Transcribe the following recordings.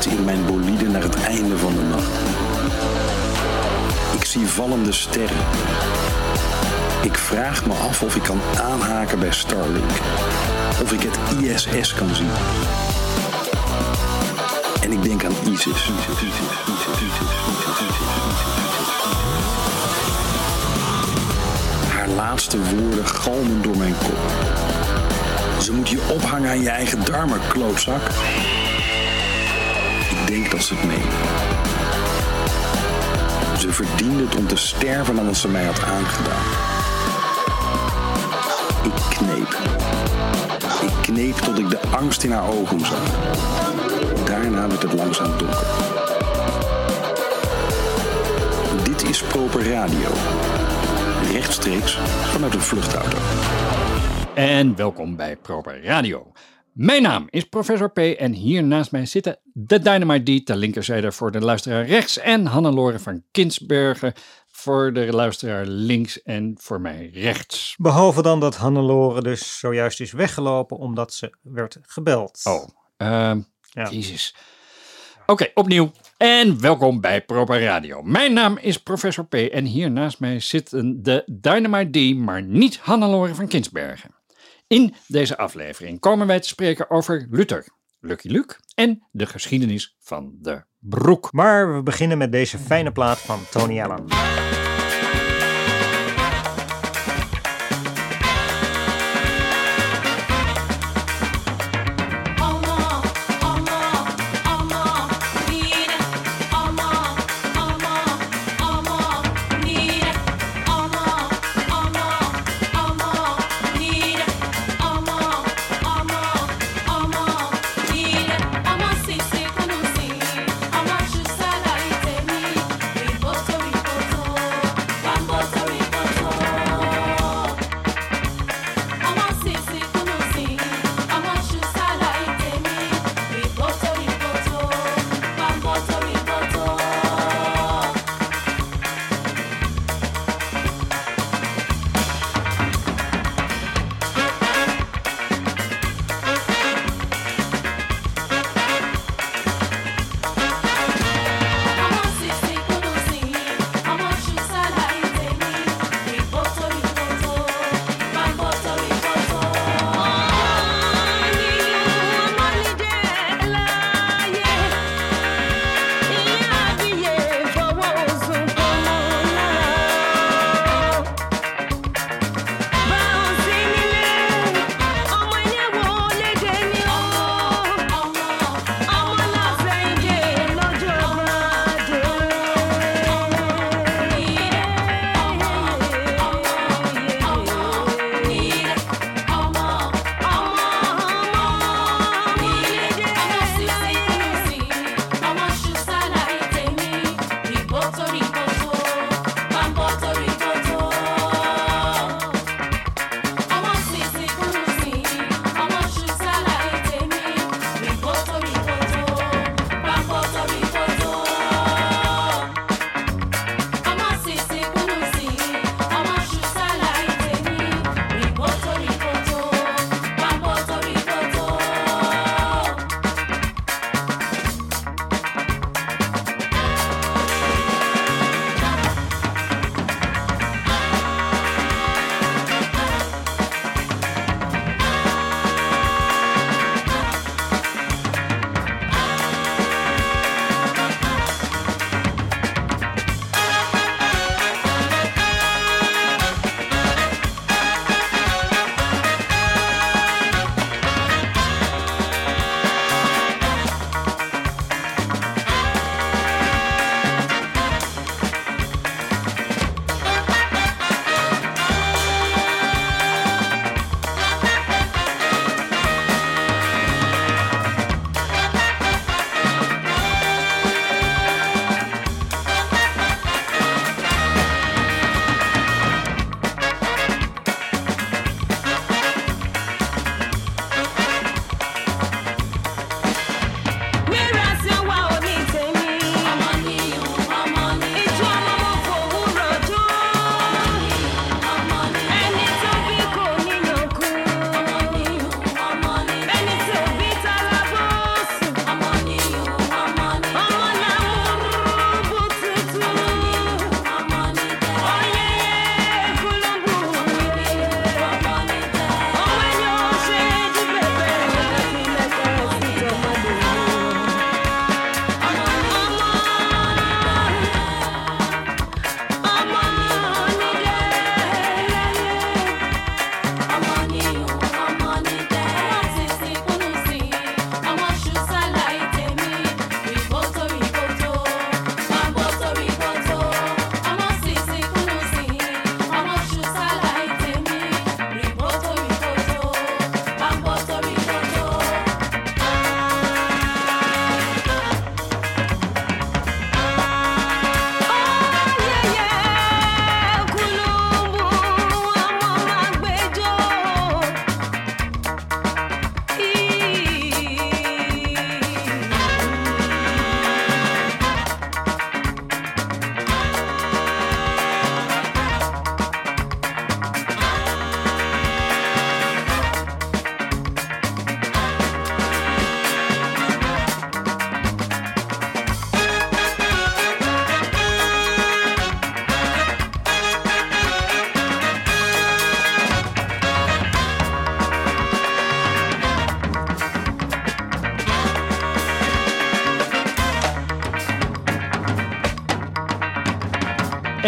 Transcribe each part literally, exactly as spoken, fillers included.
rijd in mijn bolide naar het einde van de nacht. Ik zie vallende sterren. Ik vraag me af of ik kan aanhaken bij Starlink. Of ik het I S S kan zien. En ik denk aan ISIS. Haar laatste woorden galmen door mijn kop. Ze moet je ophangen aan je eigen darmen, klootzak. Ik denk dat ze het meent. Ze verdiende het om te sterven dan wat ze mij had aangedaan. Ik kneep. Ik kneep tot ik de angst in haar ogen zag. Daarna werd het langzaam donker. Dit is Proper Radio. Rechtstreeks vanuit een vluchtauto. En welkom bij Proper Radio. Mijn naam is Professor P. en hier naast mij zitten de Dynamite D ter linkerzijde voor de luisteraar rechts en Hannelore van Kinsbergen voor de luisteraar links en voor mij rechts. Behalve dan dat Hannelore dus zojuist is weggelopen omdat ze werd gebeld. Oh, uh, ja. Jezus. Oké, okay, opnieuw. En welkom bij Proper Radio. Mijn naam is Professor P. en hier naast mij zitten de Dynamite D, maar niet Hannelore van Kinsbergen. In deze aflevering komen wij te spreken over Luther, Lucky Luke en de geschiedenis van de broek. Maar we beginnen met deze fijne plaat van Tony Allen. Riposo, riposo.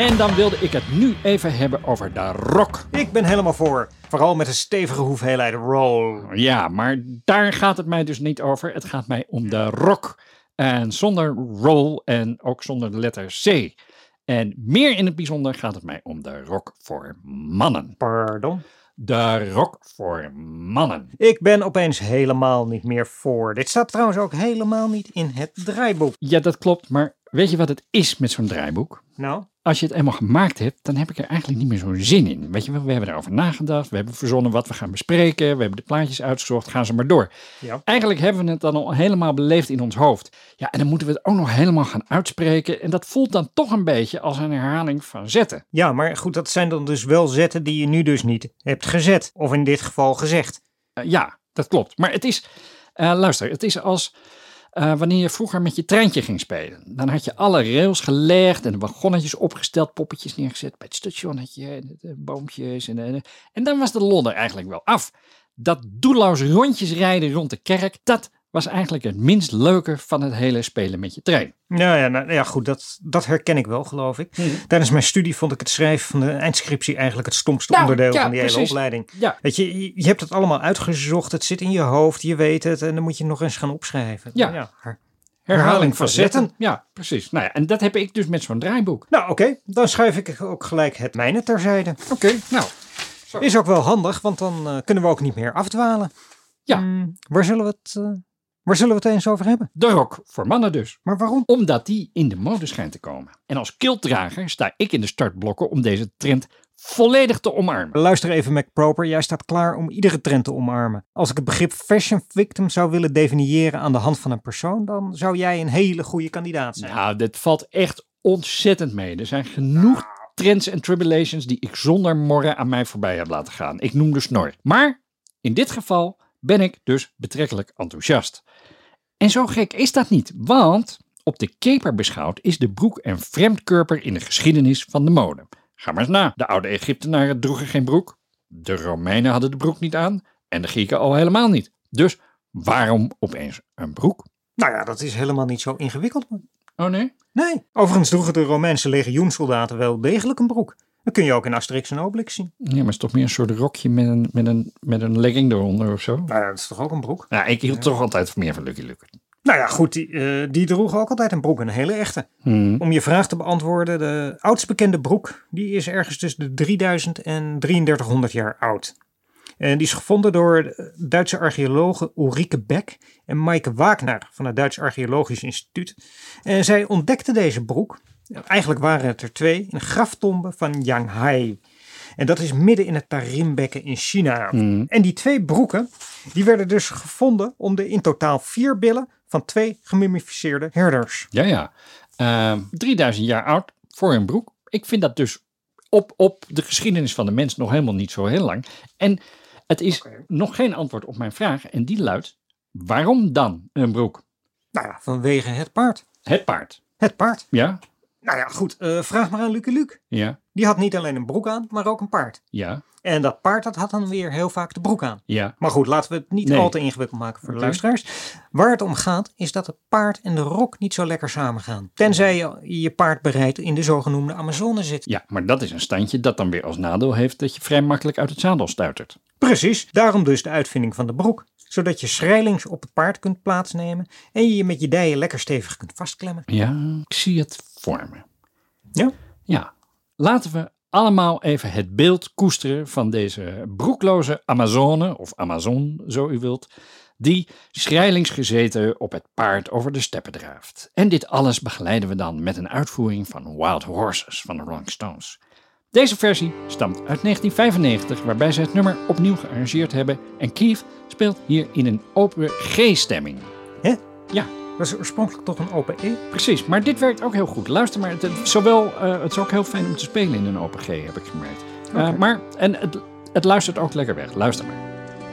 En dan wilde ik het nu even hebben over de rock. Ik ben helemaal voor. Vooral met een stevige hoeveelheid roll. Ja, maar daar gaat het mij dus niet over. Het gaat mij om de rock. En zonder roll en ook zonder de letter C. En meer in het bijzonder gaat het mij om de rock voor mannen. Pardon? De rock voor mannen. Ik ben opeens helemaal niet meer voor. Dit staat trouwens ook helemaal niet in het draaiboek. Ja, dat klopt. Maar weet je wat het is met zo'n draaiboek? Nou? Als je het eenmaal gemaakt hebt, dan heb ik er eigenlijk niet meer zo'n zin in. Weet je wel, we hebben erover nagedacht. We hebben verzonnen wat we gaan bespreken. We hebben de plaatjes uitgezocht. Gaan ze maar door. Ja. Eigenlijk hebben we het dan al helemaal beleefd in ons hoofd. Ja, en dan moeten we het ook nog helemaal gaan uitspreken. En dat voelt dan toch een beetje als een herhaling van zetten. Ja, maar goed, dat zijn dan dus wel zetten die je nu dus niet hebt gezet. Of in dit geval gezegd. Uh, ja, dat klopt. Maar het is, uh, luister, het is als... Uh, wanneer je vroeger met je treintje ging spelen. Dan had je alle rails gelegd en de wagonnetjes opgesteld, poppetjes neergezet bij het stationnetje, de, de boompjes. En, de, en dan was de lol er eigenlijk wel af. Dat doelloos rondjes rijden rond de kerk, dat was eigenlijk het minst leuke van het hele spelen met je trein. Nou ja, nou, ja goed, dat, dat herken ik wel, geloof ik. Hmm. Tijdens mijn studie vond ik het schrijven van de eindscriptie eigenlijk het stomste nou, onderdeel ja, van die precies. hele opleiding. Ja. Weet je, je hebt het allemaal uitgezocht, het zit in je hoofd, je weet het en dan moet je nog eens gaan opschrijven. Ja, ja her, herhaling van zetten. Ja, precies. Nou ja, en dat heb ik dus met zo'n draaiboek. Nou oké, okay, dan schuif ik ook gelijk het mijne terzijde. Oké, okay, nou. Zo. Is ook wel handig, want dan uh, kunnen we ook niet meer afdwalen. Ja. Hmm, waar zullen we het... Uh, Waar zullen we het eens over hebben? De rock voor mannen dus. Maar waarom? Omdat die in de mode schijnt te komen. En als kiltdrager sta ik in de startblokken om deze trend volledig te omarmen. Luister even, MacProper. Jij staat klaar om iedere trend te omarmen. Als ik het begrip fashion victim zou willen definiëren aan de hand van een persoon, dan zou jij een hele goede kandidaat zijn. Nou, dit valt echt ontzettend mee. Er zijn genoeg trends en tribulations die ik zonder morren aan mij voorbij heb laten gaan. Ik noem de snor. Maar in dit geval ben ik dus betrekkelijk enthousiast. En zo gek is dat niet, want op de keper beschouwd is de broek een vreemdkörper in de geschiedenis van de mode. Ga maar eens na. De oude Egyptenaren droegen geen broek, de Romeinen hadden de broek niet aan en de Grieken al helemaal niet. Dus waarom opeens een broek? Nou ja, dat is helemaal niet zo ingewikkeld. Oh nee? Nee. Overigens droegen de Romeinse legioenssoldaten wel degelijk een broek. Dat kun je ook in Asterix en Obelix zien. Ja, maar het is toch meer een soort rokje met een, met een, met een legging eronder of zo? Nou ja, dat is toch ook een broek? Ja, ik hield ja. toch altijd meer van Lucky Luke. Nou ja, goed, die, uh, die droegen ook altijd een broek, een hele echte. Hmm. Om je vraag te beantwoorden, de oudst bekende broek, die is ergens tussen de drieduizend en drieëndertighonderd jaar oud. En die is gevonden door Duitse archeologen Ulrike Beck en Maaike Wagner van het Duits Archeologisch Instituut. En zij ontdekten deze broek. Eigenlijk waren het er twee in een graftombe van Yanghai. En dat is midden in het Tarimbekken in China. Mm. En die twee broeken, die werden dus gevonden om de in totaal vier billen van twee gemummificeerde herders. Ja, ja. Uh, drieduizend jaar oud voor een broek. Ik vind dat dus op, op de geschiedenis van de mens nog helemaal niet zo heel lang. En het is okay. nog geen antwoord op mijn vraag. En die luidt, waarom dan een broek? Nou ja, vanwege het paard. Het paard? Het paard. Ja. Nou ja, goed. Uh, vraag maar aan Lucky Luke. Ja. Die had niet alleen een broek aan, maar ook een paard. Ja. En dat paard dat had dan weer heel vaak de broek aan. Ja. Maar goed, laten we het niet nee. al te ingewikkeld maken voor okay. de luisteraars. Waar het om gaat, is dat het paard en de rok niet zo lekker samengaan. Tenzij je je paard bereidt in de zogenoemde Amazone zit. Ja, maar dat is een standje dat dan weer als nadeel heeft dat je vrij makkelijk uit het zadel stuitert. Precies. Daarom dus de uitvinding van de broek. Zodat je schrijlings op het paard kunt plaatsnemen en je je met je dijen lekker stevig kunt vastklemmen. Ja, ik zie het voor me. Ja? Ja. Laten we allemaal even het beeld koesteren van deze broekloze Amazone, of Amazon, zo u wilt, die schrijlings gezeten op het paard over de steppen draaft. En dit alles begeleiden we dan met een uitvoering van Wild Horses van de Rolling Stones. Deze versie stamt uit negentien vijfennegentig, waarbij ze het nummer opnieuw gearrangeerd hebben en Keith speelt hier in een open G-stemming. Hè? Ja. Dat is oorspronkelijk toch een open E? Precies, maar dit werkt ook heel goed. Luister maar, het, het, zowel, uh, het is ook heel fijn om te spelen in een open G, heb ik gemerkt. Uh, okay. Maar, en het, het luistert ook lekker weg. Luister maar.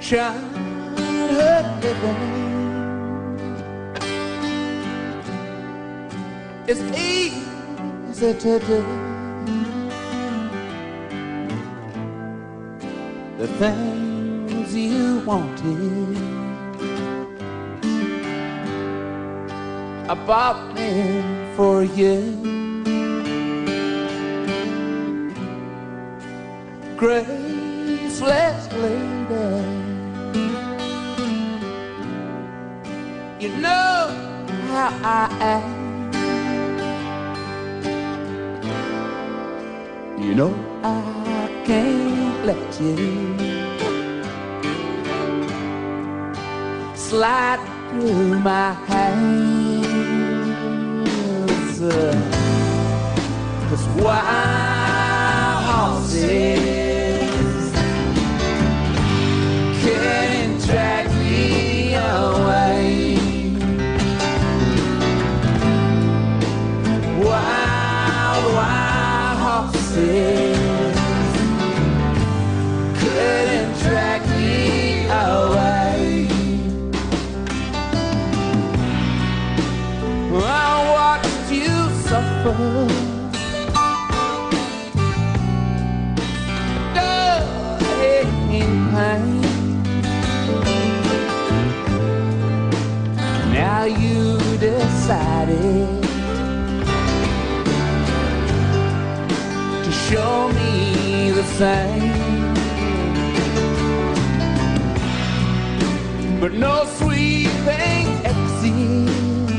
It's easy to do the things you wanted. I bought them for you. graceless lady. You know how I am. You know I can't let you slide through my hands, uh, 'cause wild horses can't drag me away. Wild, wild horses couldn't drag me away. I watched you suffer, in pain. Now you decided to show me the same, but no sweet thing exists.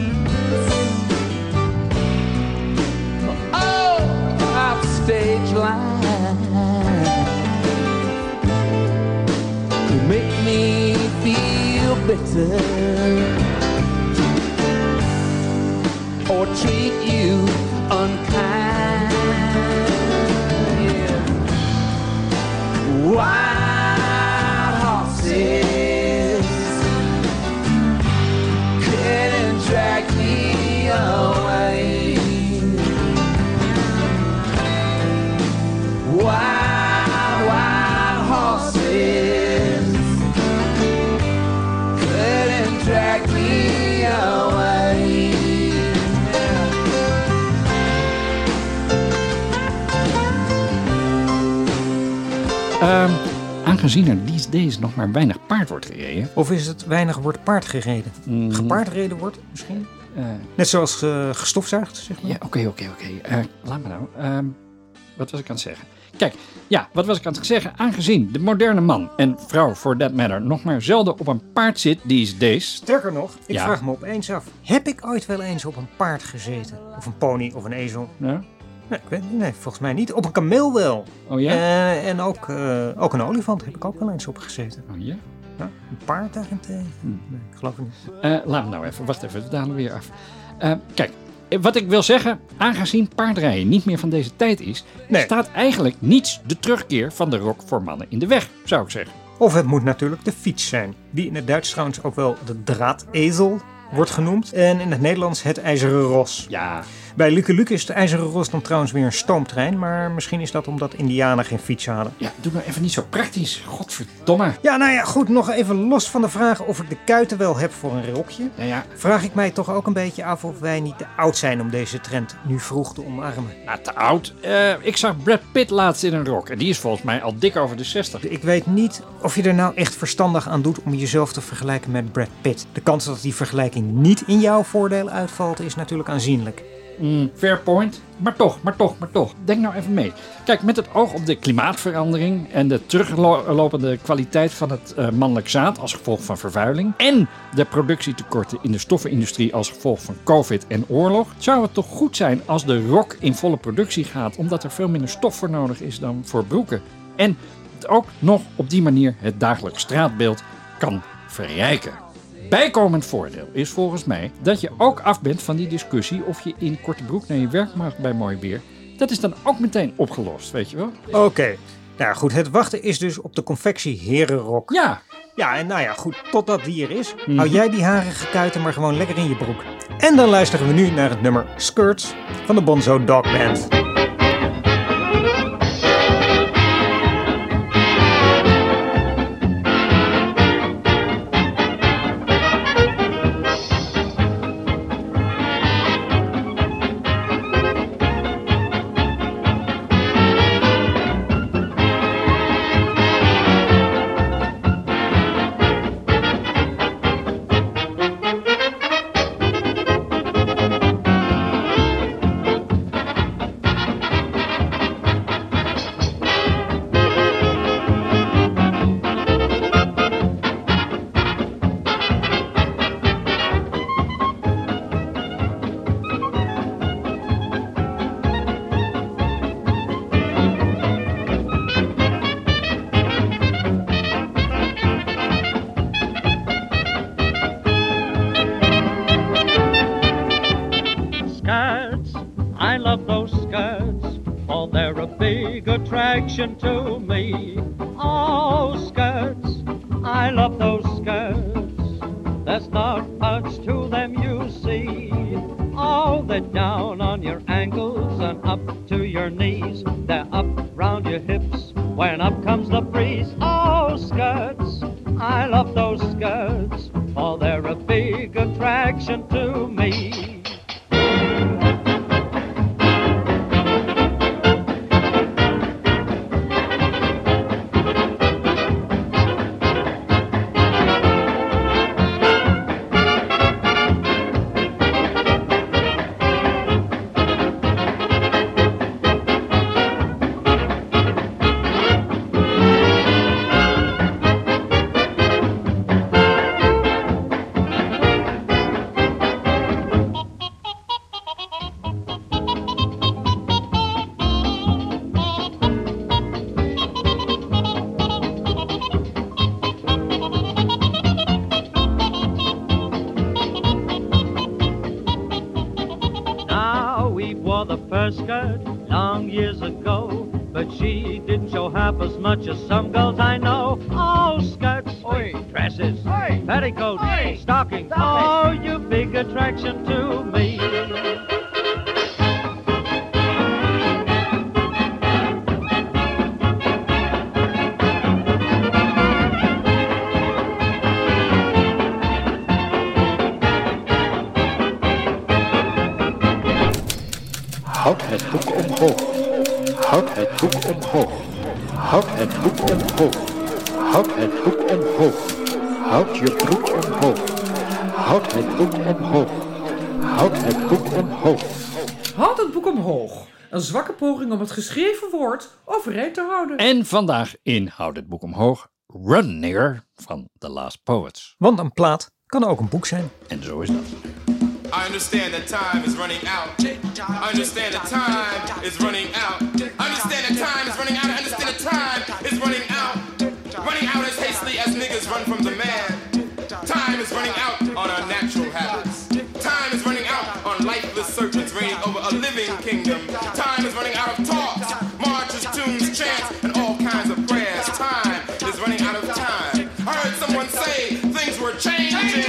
Oh, off stage line could make me feel bitter or treat you unkind. Yeah. Wild horses couldn't drag me away. Wild, wild horses couldn't drag me away. Um, aangezien er these days nog maar weinig paard wordt gereden. Of is het weinig wordt paard gereden? Mm. Gepaardreden wordt misschien? Uh, Net zoals uh, gestofzuigd, zeg maar. Ja, oké, oké, oké. Laat me nou. Um, wat was ik aan het zeggen? Kijk, ja, wat was ik aan het zeggen? Aangezien de moderne man en vrouw, for that matter, nog maar zelden op een paard zit these days. Sterker nog, ik Ja. vraag me opeens af. Heb ik ooit wel eens op een paard gezeten? Of een pony of een ezel? Ja? Nee, ik weet niet. Nee, volgens mij niet. Op een kameel wel. Oh ja? Uh, en ook, uh, ook een olifant heb ik ook wel eens op gezeten. Oh ja? Ja, een paard daarentegen? Hm. Nee, ik geloof het niet. Uh, laat me nou even, wacht even, we dalen weer af. Uh, kijk, wat ik wil zeggen, aangezien paardrijden niet meer van deze tijd is, Nee. staat eigenlijk niets de terugkeer van de rok voor mannen in de weg, zou ik zeggen. Of het moet natuurlijk de fiets zijn. Die in het Duits trouwens ook wel de draadezel wordt genoemd. En in het Nederlands het ijzeren ros. Ja. Bij Luke Luke is het ijzeren ros dan trouwens weer een stoomtrein. Maar misschien is dat omdat Indianen geen fietsen hadden. Ja, doe nou even niet zo praktisch. Godverdomme. Ja, nou ja, goed. Nog even los van de vraag of ik de kuiten wel heb voor een rokje. Ja, ja. Vraag ik mij toch ook een beetje af of wij niet te oud zijn om deze trend nu vroeg te omarmen. Nou, te oud. Uh, ik zag Brad Pitt laatst in een rok. En die is volgens mij al dik over de zestig. Ik weet niet of je er nou echt verstandig aan doet om jezelf te vergelijken met Brad Pitt. De kans dat die vergelijking niet in jouw voordeel uitvalt is natuurlijk aanzienlijk. Mm, fair point. Maar toch, maar toch, maar toch. Denk nou even mee. Kijk, met het oog op de klimaatverandering en de teruglopende kwaliteit van het uh, mannelijk zaad als gevolg van vervuiling en de productietekorten in de stoffenindustrie als gevolg van COVID en oorlog, zou het toch goed zijn als de rok in volle productie gaat, omdat er veel minder stof voor nodig is dan voor broeken. En het ook nog op die manier het dagelijks straatbeeld kan verrijken. Bijkomend voordeel is volgens mij dat je ook af bent van die discussie of je in korte broek naar je werk mag bij mooi weer. Dat is dan ook meteen opgelost, weet je wel? Oké, okay. Nou goed, het wachten is dus op de confectie herenrok. Ja. Ja, en nou ja, goed, totdat die er is, mm-hmm. hou jij die harige kuiten maar gewoon lekker in je broek. En dan luisteren we nu naar het nummer Skirts van de Bonzo Dog Band. big attraction to me. Oh, skirts, I love those skirts. There's not much to them, you see. Oh, they're down on your ankles and up to your knees. They're up round your hips when up comes the breeze. Oh, skirts, I love those skirts, for they're a big attraction to me. Skirt long years ago, but she didn't show half as much as some girls I know. Oh, skirts, Oi. Dresses, Oi. Petticoats, Oi. Stockings, oh, you big attraction to me. Houd het boek omhoog. Houd het boek omhoog. Houd het boek omhoog. Houd het boek omhoog. Houd je broek omhoog. Houd het boek omhoog. Houd het boek omhoog. Houd het boek omhoog. Een zwakke poging om het geschreven woord overeind te houden. En vandaag in Houd het boek omhoog, Run Nigger van The Last Poets. Want een plaat kan ook een boek zijn. En zo is dat. I understand that time is running out. I understand that time is running out. I understand that time is running out. I understand that time is running out. Running out as hastily as niggas run from the man. Time is running out on our natural habits. Time is running out on lifeless serpents reigning over a living kingdom. Time is running out of talks, marches, tunes, chants, and all kinds of prayers. Time is running out of time. I heard someone say things were changing.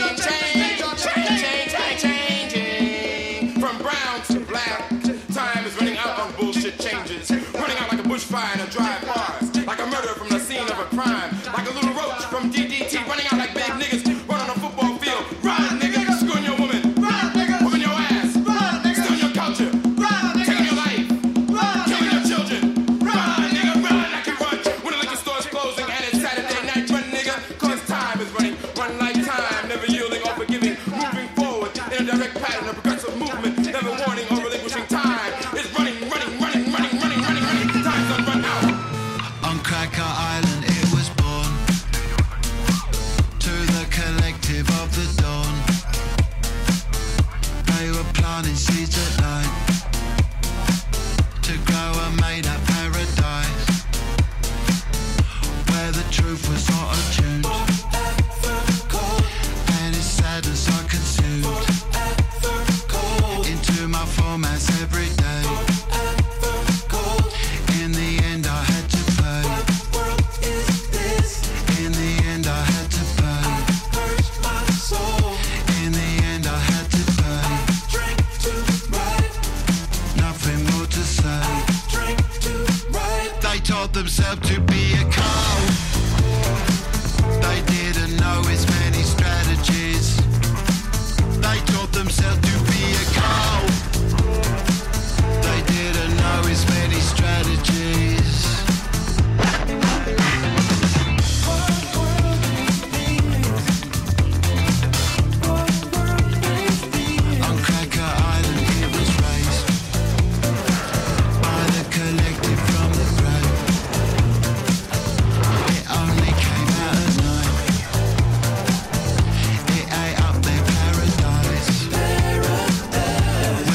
Bushfire in a dry forest, like a murder from the scene of a crime, like a little roach from D D T running out like big niggas run on a football field. Run, nigga, screwing your woman, run, nigga, whooping your ass, run, nigga, stealing your culture, run, nigga, taking your life, run, killing your children, run, nigga, run, I can run when the liquor store's closing and it's Saturday night, run, nigga, cause time is running, run like time, never yielding or forgiving, moving forward in a direct pattern of progressive movement, never warning or relinquishing time. It's running, running, running, running, running, running, running. Time's done run out. On Cracker Island it was born, to the collective of the dawn. They were planting seeds at night, to grow a made up paradise, where the truth was not attuned, and its sadness I consumed into my formats every day. In the end I had to pay. In the end I had to pay. In the end I had to pay. Nothing more to say. They taught themselves to be a cow. They didn't know its many strategies. They taught themselves to be a cow. They didn't know its many strategies. On Cracker Island it was raised by the collective from the grave. It only came out at night. It ate up their paradise.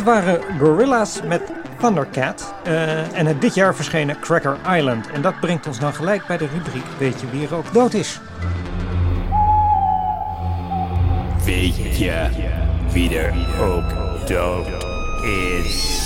waren Gorillaz met Thundercat uh, en het dit jaar verschenen Cracker Island. En dat brengt ons dan gelijk bij de rubriek Weet je wie er ook dood is? Weet je wie er ook dood is?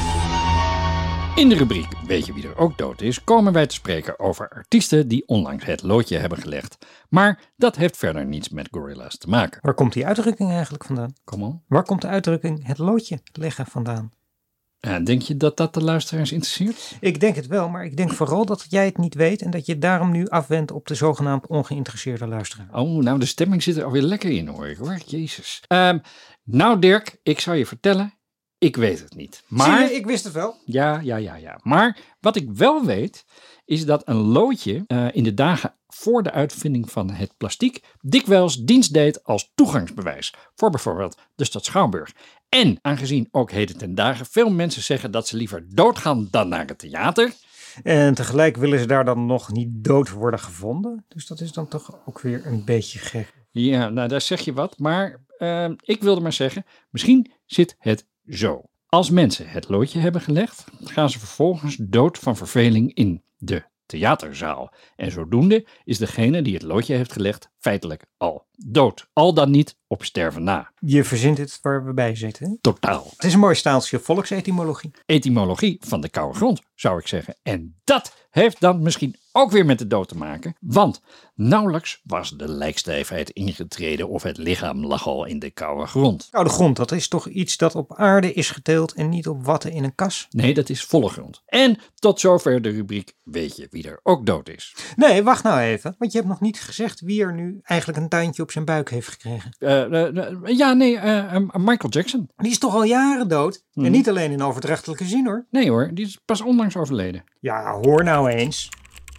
In de rubriek Weet je wie er ook dood is, komen wij te spreken over artiesten die onlangs het loodje hebben gelegd. Maar dat heeft verder niets met Gorillaz te maken. Waar komt die uitdrukking eigenlijk vandaan? Kom on. Waar komt de uitdrukking het loodje leggen vandaan? Uh, denk je dat dat de luisteraars interesseert? Ik denk het wel, maar ik denk vooral dat jij het niet weet en dat je daarom nu afwendt op de zogenaamd ongeïnteresseerde luisteraar. Oh, nou de stemming zit er alweer lekker in hoor ik hoor. Jezus. Um, nou Dirk, ik zou je vertellen, ik weet het niet. Maar, zie je, ik wist het wel. Ja, ja, ja, ja. Maar wat ik wel weet, is dat een loodje uh, in de dagen voor de uitvinding van het plastiek dikwijls dienst deed als toegangsbewijs voor bijvoorbeeld de stad Schouwburg. En aangezien ook heden ten dagen veel mensen zeggen dat ze liever doodgaan dan naar het theater. En tegelijk willen ze daar dan nog niet dood worden gevonden. Dus dat is dan toch ook weer een beetje gek. Ja, nou daar zeg je wat. Maar uh, ik wilde maar zeggen, misschien zit het zo. Als mensen het loodje hebben gelegd, gaan ze vervolgens dood van verveling in de theaterzaal. En zodoende is degene die het loodje heeft gelegd feitelijk al dood. Al dan niet op sterven na. Je verzint het waar we bij zitten. Hè? Totaal. Het is een mooi staaltje volksetymologie. Etymologie van de koude grond, zou ik zeggen. En dat heeft dan misschien ook weer met de dood te maken. Want nauwelijks was de lijkstijfheid ingetreden of het lichaam lag al in de koude grond. Koude grond, dat is toch iets dat op aarde is geteeld en niet op watten in een kas? Nee, dat is volle grond. En tot zover de rubriek Weet je wie er ook dood is? Nee, wacht nou even. Want je hebt nog niet gezegd wie er nu eigenlijk een tuintje op zijn buik heeft gekregen. Uh, uh, uh, ja, nee, uh, uh, Michael Jackson. Die is toch al jaren dood? Hmm. En niet alleen in overdrachtelijke zin hoor. Nee hoor, die is pas onlangs overleden. Ja, hoor nou eens.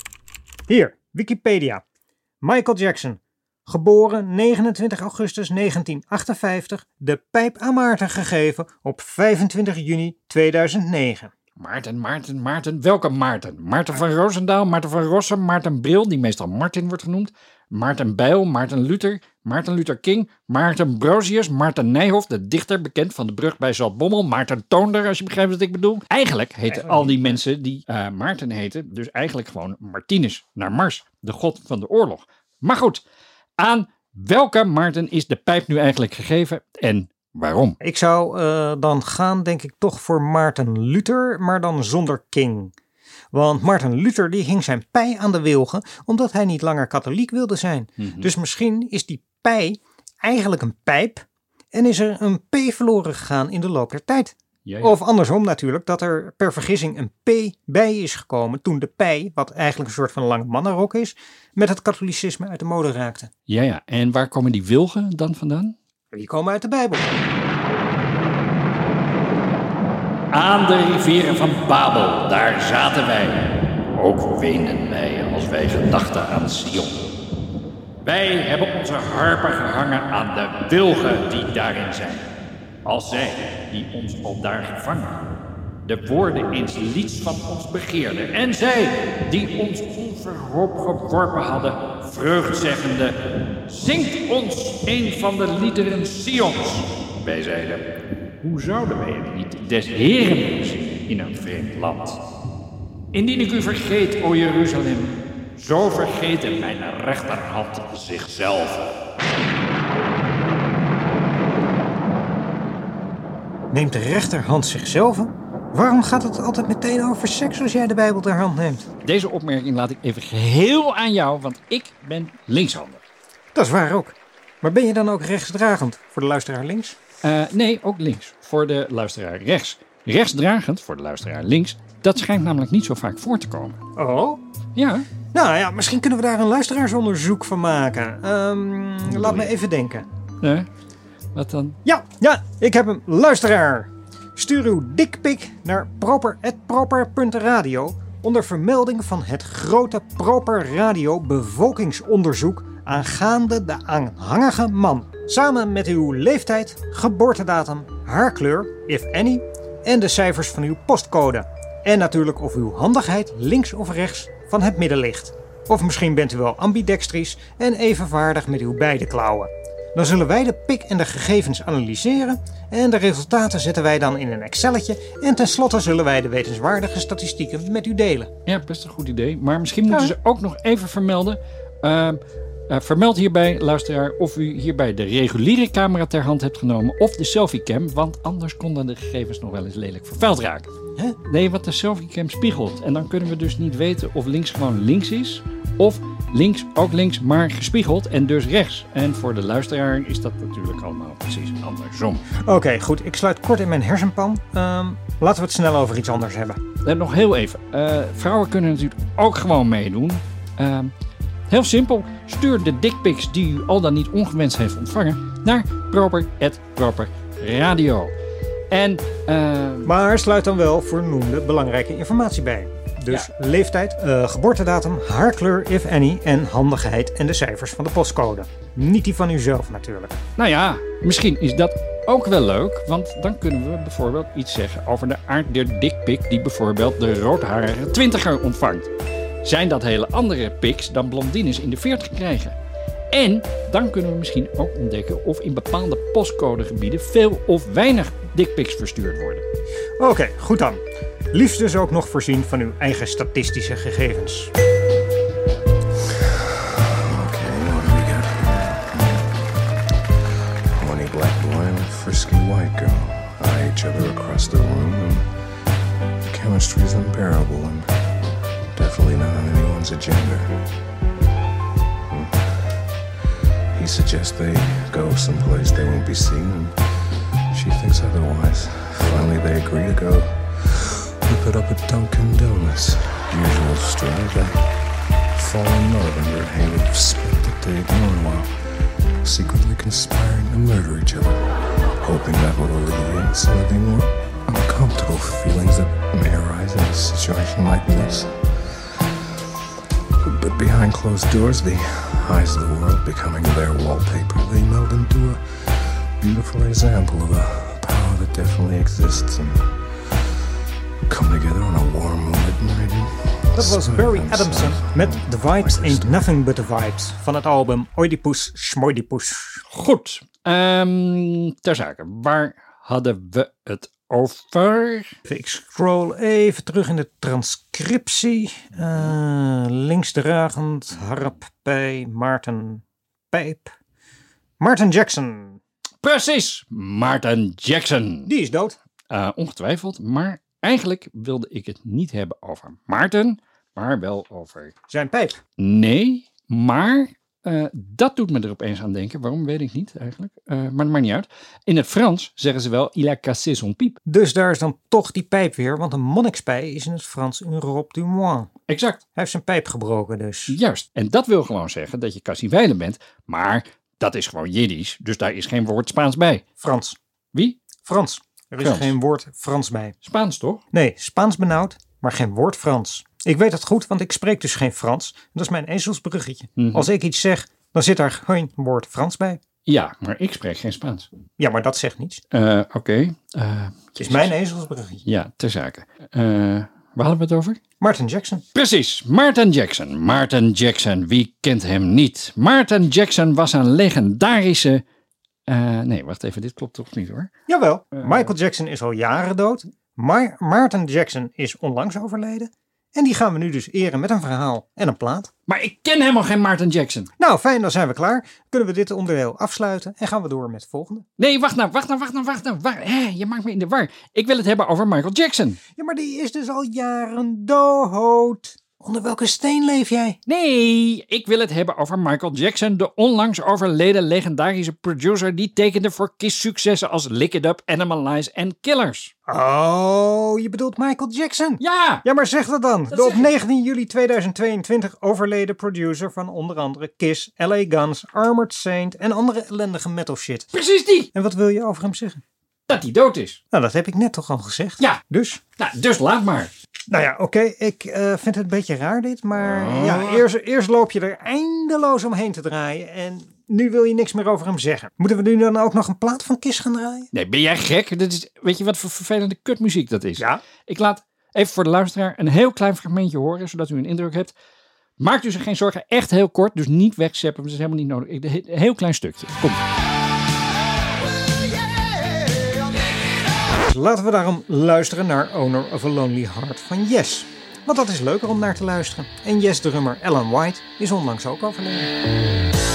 Hier, Wikipedia. Michael Jackson. Geboren negenentwintig augustus negentien achtenvijftig. De pijp aan Maarten gegeven op vijfentwintig juni tweeduizend negen. Maarten, Maarten, Maarten. Welke Maarten? Maarten van Roosendaal, Maarten van Rossum, Maarten Bril, die meestal Martin wordt genoemd. Maarten Bijl, Maarten Luther, Maarten Luther King, Maarten Brosius, Maarten Nijhoff, de dichter bekend van de brug bij Zaltbommel, Maarten Toonder, als je begrijpt wat ik bedoel. Eigenlijk heten al die mensen die uh, Maarten heten, dus eigenlijk gewoon Martinus, naar Mars, de god van de oorlog. Maar goed, aan welke Maarten is de pijp nu eigenlijk gegeven en waarom? Ik zou uh, dan gaan, denk ik, toch voor Maarten Luther, maar dan zonder King. Want Maarten Luther die hing zijn pij aan de wilgen omdat hij niet langer katholiek wilde zijn. Mm-hmm. Dus misschien is die pij eigenlijk een pijp en is er een P verloren gegaan in de loop der tijd. Ja, ja. Of andersom natuurlijk, dat er per vergissing een P bij is gekomen toen de pij, wat eigenlijk een soort van lange mannenrok is, met het katholicisme uit de mode raakte. Ja, ja. En waar komen die wilgen dan vandaan? Die komen uit de Bijbel. Aan de rivieren van Babel, daar zaten wij. Ook weenden wij als wij gedachten aan Sion. Wij hebben onze harpen gehangen aan de wilgen die daarin zijn. Als zij, die ons al daar gevangen, de woorden eens lieds van ons begeerden. En zij, die ons onverhoop geworpen hadden, vreugdzeggende, zingt ons een van de liederen Sions. Wij zeiden, hoe zouden wij het niet des Heren zingen in een vreemd land? Indien ik u vergeet, o Jeruzalem, zo vergeten mijn rechterhand zichzelf. Neemt de rechterhand zichzelf? Waarom gaat het altijd meteen over seks als jij de Bijbel ter hand neemt? Deze opmerking laat ik even geheel aan jou, want ik ben linkshandig. Dat is waar ook. Maar ben je dan ook rechtsdragend voor de luisteraar links? Uh, nee, ook links voor de luisteraar rechts. Rechtsdragend voor de luisteraar links, dat schijnt namelijk niet zo vaak voor te komen. Oh? Ja. Nou ja, misschien kunnen we daar een luisteraarsonderzoek van maken. Um, laat me even denken. Uh, wat dan? Ja, ja, ik heb een luisteraar. Stuur uw dikpik naar proper at proper punt radio onder vermelding van het grote Proper Radio bevolkingsonderzoek aangaande de aanhangige man. Samen met uw leeftijd, geboortedatum, haarkleur, if any, en de cijfers van uw postcode. En natuurlijk of uw handigheid links of rechts van het midden ligt. Of misschien bent u wel ambidextrisch en even vaardig met uw beide klauwen. Dan zullen wij de pik en de gegevens analyseren en de resultaten zetten wij dan in een Excelletje en tenslotte zullen wij de wetenswaardige statistieken met u delen. Ja, best een goed idee. Maar misschien moeten ja. ze ook nog even vermelden. Uh, uh, vermeld hierbij, luisteraar, of u hierbij de reguliere camera ter hand hebt genomen of de selfiecam, want anders konden de gegevens nog wel eens lelijk vervuild raken. Huh? Nee, want de selfiecam spiegelt. En dan kunnen we dus niet weten of links gewoon links is of links ook links, maar gespiegeld en dus rechts. En voor de luisteraar is dat natuurlijk allemaal precies andersom. Oké, okay, goed. Ik sluit kort in mijn hersenpan. Um, laten we het snel over iets anders hebben. En nog heel even. Uh, vrouwen kunnen natuurlijk ook gewoon meedoen. Uh, heel simpel. Stuur de dickpics die u al dan niet ongewenst heeft ontvangen naar proper at proper radio. En, uh... Maar sluit dan wel voornoemde belangrijke informatie bij. Dus ja. leeftijd, uh, geboortedatum, haarkleur if any en handigheid en de cijfers van de postcode. Niet die van uzelf natuurlijk. Nou ja, misschien is dat ook wel leuk, want dan kunnen we bijvoorbeeld iets zeggen over de aard der dickpic die bijvoorbeeld de roodharige twintiger ontvangt. Zijn dat hele andere pics dan blondines in de veertig krijgen? En dan kunnen we misschien ook ontdekken of in bepaalde postcodegebieden veel of weinig dickpics verstuurd worden. Oké, okay, goed dan. Liefst dus ook nog voorzien van uw eigen statistische gegevens. Okay, what do we got? Horny black boy and a frisky white girl eye each other across the room, and the chemistry is unbearable and definitely not on anyone's agenda. Hmm. He suggests they go someplace they won't be seen, and she thinks otherwise. Finally, they agree to go. Whip it up at Dunkin' Donuts. Usual story. They fall in love under a hail of spit that they ignore while secretly conspiring to murder each other, hoping that will alleviate some of the more uncomfortable feelings that may arise in a situation like this. But behind closed doors, the eyes of the world becoming their wallpaper, they meld into a beautiful example of a power that definitely exists and come together on a warm moonlit night. Dat was Barry Adamson met The Vibes Ain't Nothing But The Vibes van het album Oedipus Schmoidipus. Goed, um, ter zake, waar hadden we het over? Ik scroll even terug in de transcriptie. Uh, linksdragend harp bij Maarten Pijp. Maarten Jackson. Precies, Maarten Jackson. Die is dood. Uh, ongetwijfeld, maar eigenlijk wilde ik het niet hebben over Maarten, maar wel over zijn pijp. Nee, maar uh, dat doet me er opeens aan denken. Waarom, weet ik niet eigenlijk. Uh, maar dat maakt niet uit. In het Frans zeggen ze wel, il a cassé son pipe. Dus daar is dan toch die pijp weer, want een monnikspij is in het Frans une robe du moine. Exact. Hij heeft zijn pijp gebroken dus. Juist. En dat wil gewoon zeggen dat je Cassiewijlen bent, maar dat is gewoon Jiddisch, dus daar is geen woord Spaans bij. Frans. Wie? Frans. Er is Frans. Geen woord Frans bij. Spaans toch? Nee, Spaans benauwd, maar geen woord Frans. Ik weet dat goed, want ik spreek dus geen Frans. Dat is mijn ezelsbruggetje. Mm-hmm. Als ik iets zeg, dan zit daar geen woord Frans bij. Ja, maar ik spreek geen Spaans. Ja, maar dat zegt niets. Uh, Oké. Okay. Uh, het is mijn ezelsbruggetje. Ja, ter zake. Uh, waar hadden we het over? Maarten Jackson. Precies, Maarten Jackson. Maarten Jackson, wie kent hem niet? Maarten Jackson was een legendarische... Uh, nee, wacht even, dit klopt toch niet hoor? Jawel, uh, Michael Jackson is al jaren dood. Ma- Maarten Jackson is onlangs overleden. En die gaan we nu dus eren met een verhaal en een plaat. Maar ik ken helemaal geen Maarten Jackson. Nou, fijn, dan zijn we klaar. Kunnen we dit onderdeel afsluiten en gaan we door met het volgende. Nee, wacht nou, wacht nou, wacht nou, wacht nou. Wacht. Hé, je maakt me in de war. Ik wil het hebben over Michael Jackson. Ja, maar die is dus al jaren dood. Onder welke steen leef jij? Nee, ik wil het hebben over Michael Jackson, de onlangs overleden legendarische producer die tekende voor Kiss successen als Lick It Up, Animalize en Killers. Oh, je bedoelt Michael Jackson? Ja! Ja, maar zeg dat dan. Dat de op negentien juli tweeduizend tweeëntwintig overleden producer van onder andere Kiss, L A Guns, Armored Saint en andere ellendige metal shit. Precies die! En wat wil je over hem zeggen? Dat hij dood is. Nou, dat heb ik net toch al gezegd. Ja. Dus? Nou, dus laat maar. Nou ja, oké, okay, ik uh, vind het een beetje raar dit, maar oh. ja, eerst, eerst loop je er eindeloos omheen te draaien en nu wil je niks meer over hem zeggen. Moeten we nu dan ook nog een plaat van Kiss gaan draaien? Nee, ben jij gek? Dit is, weet je wat voor vervelende kutmuziek dat is? Ja. Ik laat even voor de luisteraar een heel klein fragmentje horen, zodat u een indruk hebt. Maakt u zich geen zorgen, echt heel kort, dus niet wegzeppen, dat is helemaal niet nodig. Een heel klein stukje, kom. laten we daarom luisteren naar Owner of a Lonely Heart van Yes. Want dat is leuker om naar te luisteren. En Yes-drummer Alan White is onlangs ook overleden.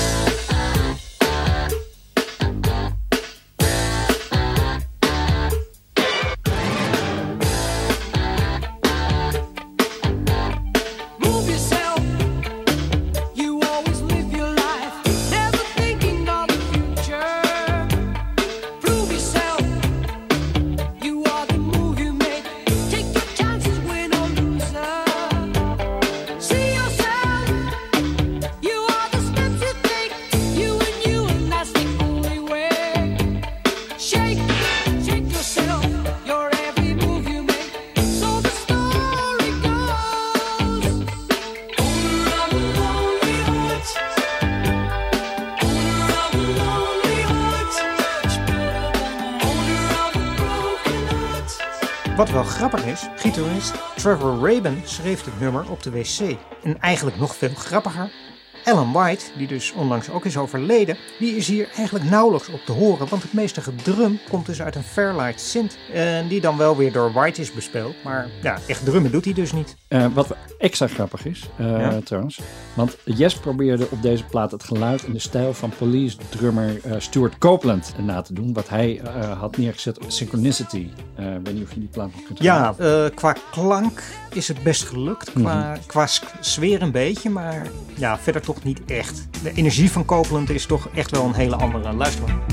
Wat wel grappig is, gitarist Trevor Rabin schreef het nummer op de wc. En eigenlijk nog veel grappiger, Alan White, die dus onlangs ook is overleden, die is hier eigenlijk nauwelijks op te horen, want het meeste gedrum komt dus uit een Fairlight synth. En die dan wel weer door White is bespeeld, maar ja, echt drummen doet hij dus niet. Uh, wat extra grappig is, uh, ja? trouwens, want Yes probeerde op deze plaat het geluid en de stijl van Police drummer uh, Stuart Copeland na te doen, wat hij uh, had neergezet op Synchronicity. Ik uh, weet niet of je die plaat nog kunt Ja, uh, qua klank is het best gelukt, qua, mm-hmm. qua sfeer een beetje, maar ja, verder toch niet echt. De energie van Copeland is toch echt wel een hele andere. Luister maar.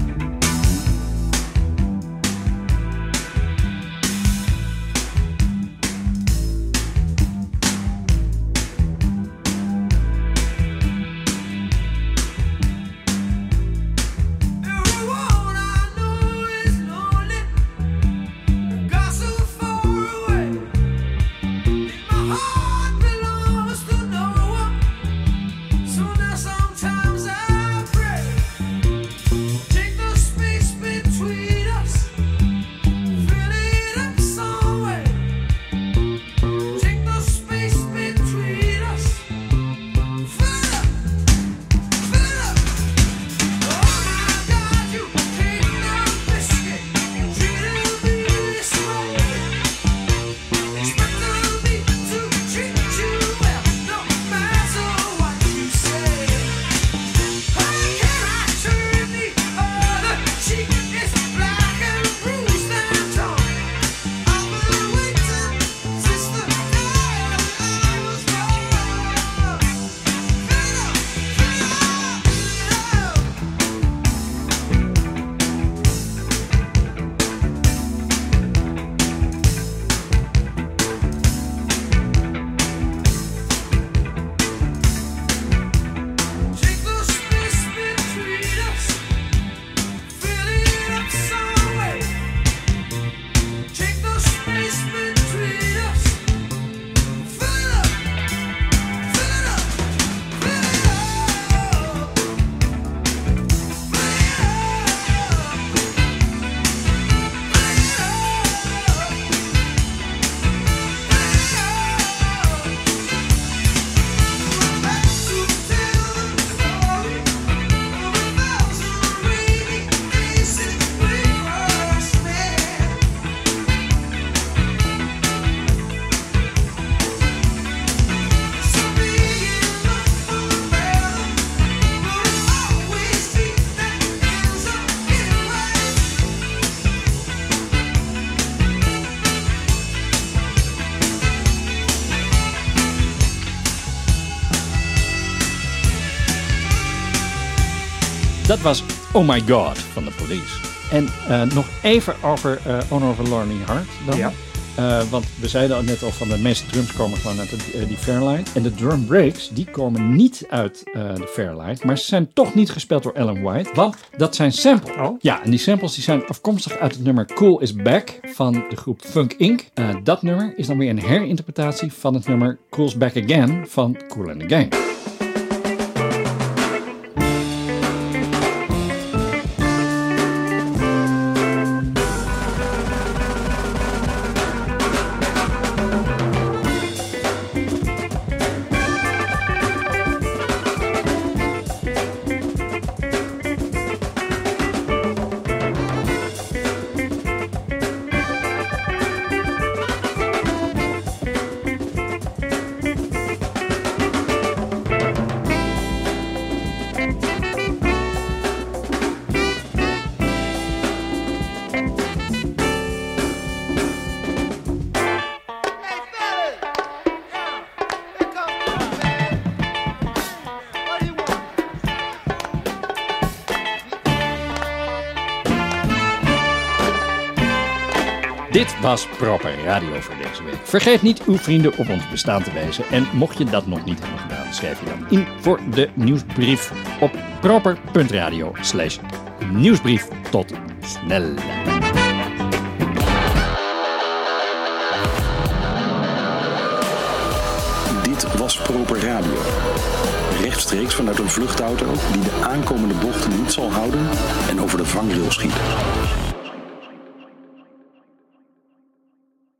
Dat was Oh My God van de Police. En uh, nog even over uh, Owner of a Lonely Heart dan. Ja. Uh, want we zeiden al net al van de meeste drums komen gewoon uit de, uh, die Fairlight. En de drum breaks, die komen niet uit uh, de Fairlight. Maar ze zijn toch niet gespeeld door Alan White. Want dat zijn samples. Oh. Ja, en die samples die zijn afkomstig uit het nummer Cool is Back van de groep Funk incorporated. Uh, dat nummer is dan weer een herinterpretatie van het nummer Cool's Back Again van Kool and the Gang. Dit was Proper Radio voor deze week. Vergeet niet uw vrienden op ons bestaan te wijzen. En mocht je dat nog niet hebben gedaan, schrijf je dan in voor de nieuwsbrief op proper.radio slash nieuwsbrief. Tot snel. Dit was Proper Radio. Rechtstreeks vanuit een vluchtauto die de aankomende bochten niet zal houden en over de vangrail schiet.